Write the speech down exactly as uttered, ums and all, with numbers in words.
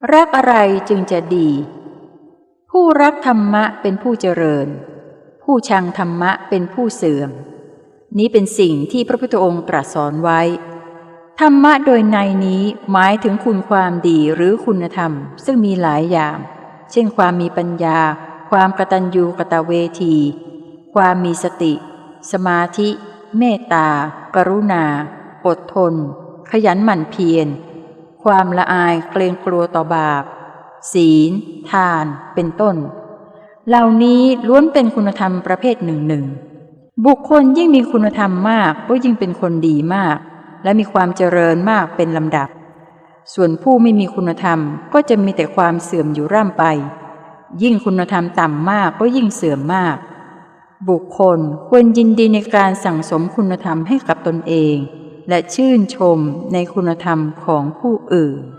รักอะไรจึงจะดีผู้รักธรรมะเป็นผู้เจริญผู้ชังธรรมะเป็นผู้เสื่อมนี้เป็นสิ่งที่พระพุทธองค์ตรัสสอนไว้ธรรมะโดยในนี้หมายถึงคุณความดีหรือคุณธรรมซึ่งมีหลายอย่างเช่นความมีปัญญาความกตัญญูกตเวทีความมีสติสมาธิเมตตากรุณาอดทนขยันหมั่นเพียรความละอายเกรงกลัวต่อบาปศีลทานเป็นต้นเหล่านี้ล้วนเป็นคุณธรรมประเภทหนึ่งหนึ่งบุคคลยิ่งมีคุณธรรมมากก็ยิ่งเป็นคนดีมากและมีความเจริญมากเป็นลำดับส่วนผู้ไม่มีคุณธรรมก็จะมีแต่ความเสื่อมอยู่ร่ำไปยิ่งคุณธรรมต่ำมากก็ยิ่งเสื่อมมากบุคคลควรยินดีในการสั่งสมคุณธรรมให้กับตนเองและชื่นชมในคุณธรรมของผู้อื่น